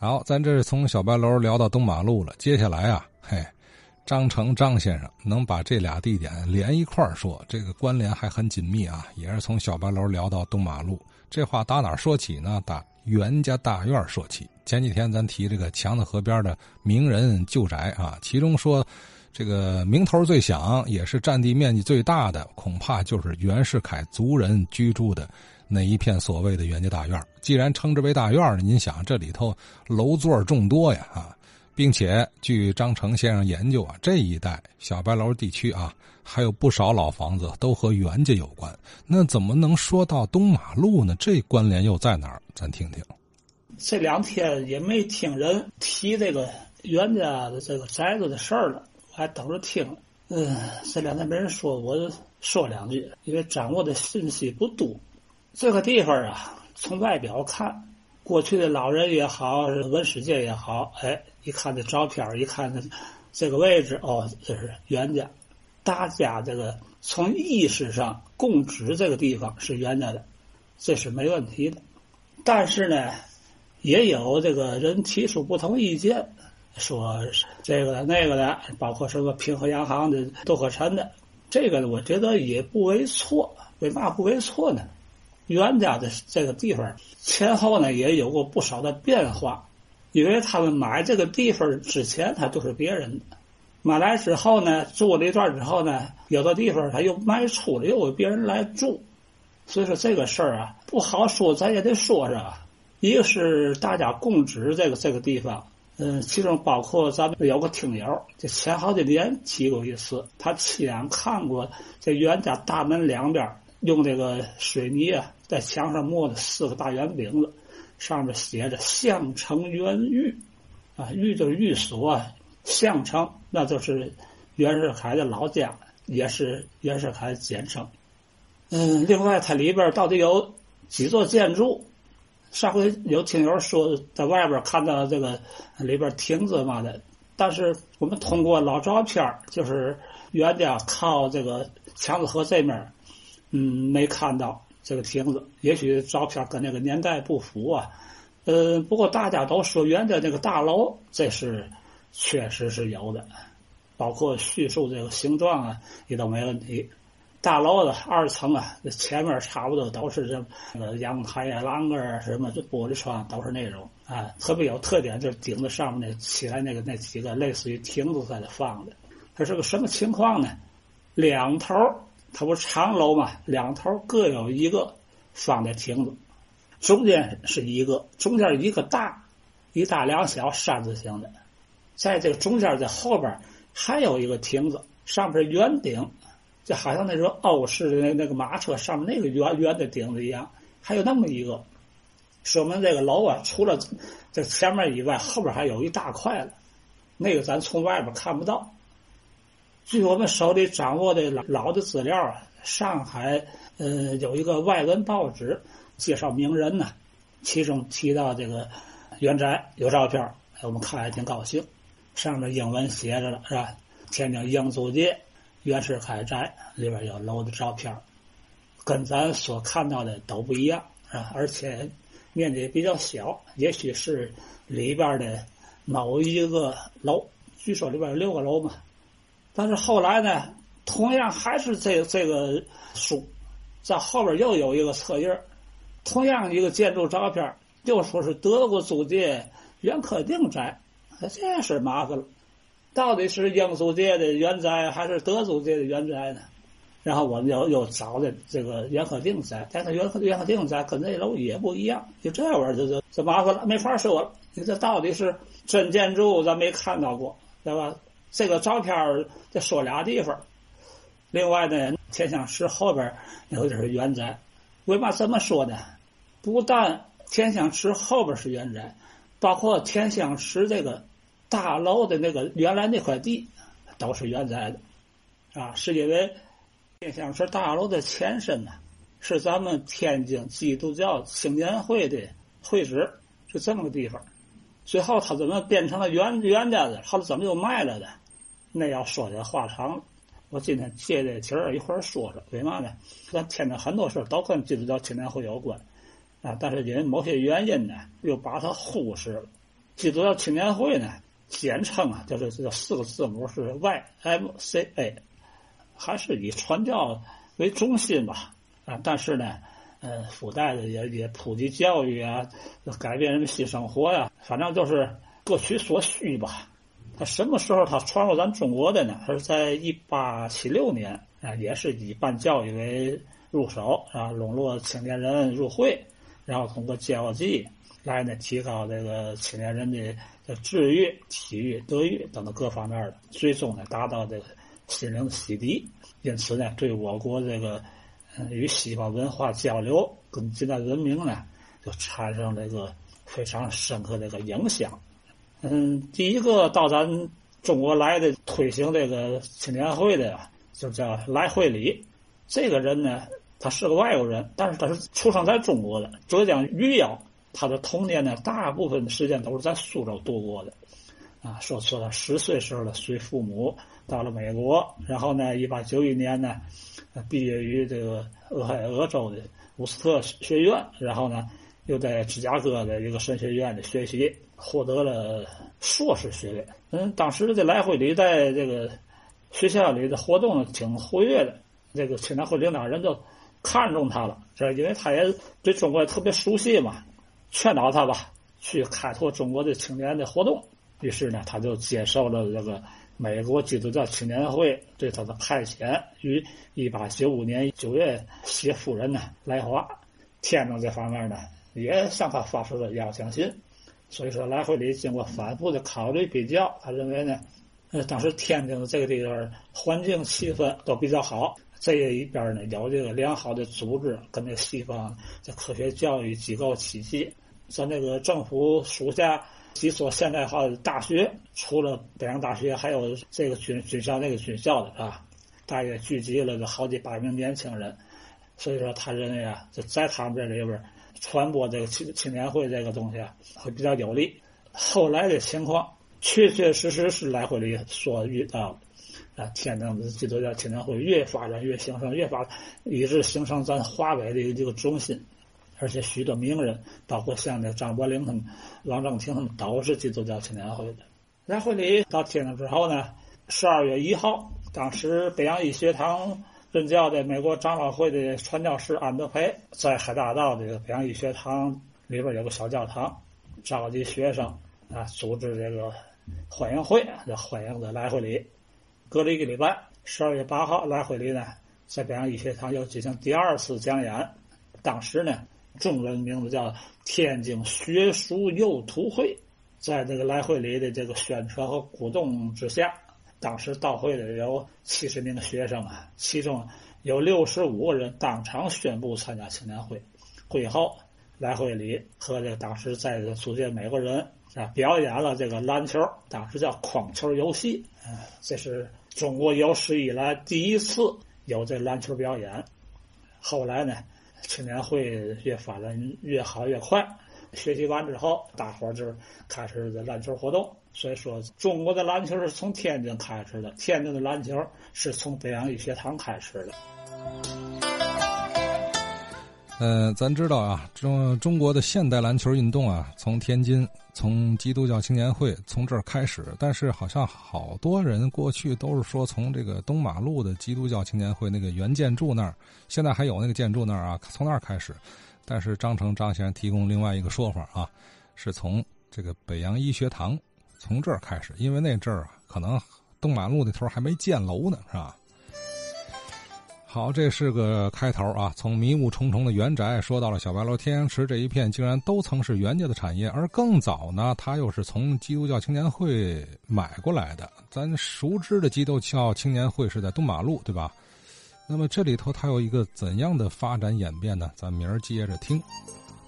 好，咱这是从小白楼聊到东马路了，接下来啊，张成张先生能把这俩地点连一块儿说，这个关联还很紧密啊，也是从小白楼聊到东马路。这话打哪儿说起呢？打袁家大院说起。前几天咱提这个强子河边的名人旧宅啊，其中说这个名头最响，也是占地面积最大的，恐怕就是袁世凯族人居住的那一片所谓的袁家大院。既然称之为大院，您想这里头楼座众多呀啊！并且据张成先生研究啊，这一带小白楼地区啊，还有不少老房子都和袁家有关。那怎么能说到东马路呢？这关联又在哪儿？咱听听。 这两天也没听人提这个袁家的这个宅子的事儿了，我还等着听。这两天没人说，我说两句，因为掌握的信息不多。这个地方啊，从外表看，过去的老人也好，文史界也好，一看这照片，一看这个位置，哦，这是袁家。大家这个从意识上共知这个地方是袁家的，这是没问题的。但是呢，也有这个人提出不同意见，说这个那个的，包括什么平和洋行的、窦可臣的，这个呢，我觉得也不为错。为嘛不为错呢？袁家的这个地方前后呢也有过不少的变化，因为他们买这个地方之前他都是别人的，买来之后呢，住了一段之后呢，有的地方他又卖出了，又有别人来住，所以说这个事儿啊不好说，咱也得说上。一个是大家共知这个地方，其中包括咱们有个听友，这前好几年提过一次，他亲眼看过这袁家大门两边用这个水泥啊，在墙上抹了4个大圆饼子，上面写着项城袁寓啊，寓就是寓所啊，项城那就是袁世凯的老家，也是袁世凯的简称。另外它里边到底有几座建筑，上回有听友说在外边看到这个里边亭子嘛的，但是我们通过老照片，就是袁家靠这个强子河这面没看到这个亭子，也许照片跟那个年代不符啊。不过大家都说袁家那个大楼，这是确实是有的，包括叙述这个形状啊，也都没问题。大楼的2层啊，前面差不多都是这个阳台啊、栏杆啊什么，这玻璃窗都是那种啊，特别有特点，就是顶子上面起来那几个类似于亭子在那放的。它是个什么情况呢？两头它不是长楼嘛，两头各有一个放的亭子，中间是一个，中间一个大，1大2小3字形的，在这个中间在后边还有一个亭子，上面是圆顶，就好像那种欧式的那个马车上面那个圆的顶子一样，还有那么一个，说明这个楼啊，除了这前面以外，后边还有一大块了，那个咱从外边看不到。据我们手里掌握的老的资料啊，上海有一个外文报纸介绍名人呢，其中提到这个袁宅有照片，我们看还挺高兴。上面英文写着了是吧？天津英租界袁世凯宅里边有楼的照片，跟咱所看到的都不一样是吧？而且面积比较小，也许是里边的某一个楼，据说里边有6个楼嘛。但是后来呢，同样还是这个书，在后边又有一个册页，同样一个建筑照片，又说是德国租界袁克定宅，这是麻烦了，到底是英租界的原宅还是德租界的原宅呢？然后我们又找的这个袁克定宅，但是袁克定宅跟这楼也不一样，就这玩意儿就麻烦了，没法说了。你这到底是真建筑，咱没看到过，对吧？这个照片就说俩地方。另外呢，天香池后边有点是原宅。为嘛这么说呢？不但天香池后边是原宅，包括天香池这个大楼的那个原来那块地都是原宅的啊，是因为天香池大楼的前身呢是咱们天津基督教青年会的会址，是这么个地方。最后他怎么变成了原家的，后来怎么又卖了的，那要说起来话长了。我今天借这题儿一块儿说说，为嘛呢？咱天津很多事都跟基督教青年会有关啊，但是因为某些原因呢，又把它忽视了。 基督教青年会呢，简称啊，就是这4个字母是 YMCA， 还是以传教为中心吧。但是呢，附带的也普及教育啊，改变人们新生活呀，反正就是各取所需吧。他什么时候他传入咱中国的呢？他是在1876年啊，也是以办教育为入手啊，笼络青年人入会，然后通过教济来呢提高这个青年人的智育、体育、德育等等各方面的，最终呢达到这个心灵的洗涤。因此呢，对我国这个与西方文化交流跟近代文明呢，就产生这个非常深刻的一个影响。第一个到咱中国来的推行这个青年会的就叫来会礼。这个人呢，他是个外国人，但是他是出生在中国的浙江余姚。他的童年呢，大部分的时间都是在苏州度过的。说他10岁时候随父母到了美国，然后呢，1891年呢，毕业于这个俄亥俄州的伍斯特学院，然后呢，又在芝加哥的一个神学院的学习，获得了硕士学位。当时这来会礼在这个学校里的活动挺活跃的，这个青年会领导人就看中他了，这因为他也对中国也特别熟悉嘛，劝导他吧，去开拓中国的青年的活动。于是呢，他就接受了这个美国基督教青年会对他的派遣，于1895年9月携夫人呢来华。天津这方面呢也向他发出了邀请信。所以说来会礼经过反复的考虑比较，他认为呢，当时天津的这个地方环境气氛都比较好，这一边呢有这个良好的组织，跟这西方的科学教育机构体系。咱这个政府属下几所现代化的大学，除了北洋大学，还有这个军校那个军校的大约聚集了好几百名年轻人。所以说他认为就在他们这里边传播这个青年会这个东西会比较有利。后来的情况确确实实是来会礼所遇到的。天津的基督教青年会越发展越兴盛，以致形成咱华北的一个中心。而且许多名人，包括像那张伯苓他们、王正廷他们，都是基督教青年会的。来会礼到天津之后呢，12月1号，当时北洋医学堂任教的美国长老会的传教士安德培，在海大道这个北洋医学堂里边有个小教堂，召集学生组织这个欢迎会，欢迎的来会礼。隔了1个礼拜，12月8号，来会礼呢在北洋医学堂又进行第2次讲演。当时呢，中文名字叫天津学术幼徒会。在这个来会礼的这个宣传和鼓动之下，当时到会的有70名学生其中有65个人当场宣布参加青年会。会后，来会礼和这个当时在这组建美国人表演了这个篮球，当时叫框球游戏。这是中国有史以来第一次有这篮球表演。后来呢，青年会越发展越好越快，学习完之后，大伙就开始的篮球活动。所以说，中国的篮球是从天津开始的，天津的篮球是从北洋医学堂开始的。 咱知道中国的现代篮球运动从天津，从基督教青年会从这儿开始，但是好像好多人过去都是说从这个东马路的基督教青年会那个原建筑那儿，现在还有那个建筑那儿从那儿开始。但是张先生提供另外一个说法是从这个北洋医学堂从这儿开始，因为那阵儿可能东马路那头还没建楼呢，是吧？好，这是个开头从迷雾重重的原宅说到了小白楼天阳池这一片竟然都曾是袁家的产业，而更早呢，它又是从基督教青年会买过来的。咱熟知的基督教青年会是在东马路，对吧？那么这里头它有一个怎样的发展演变呢？咱明儿接着听。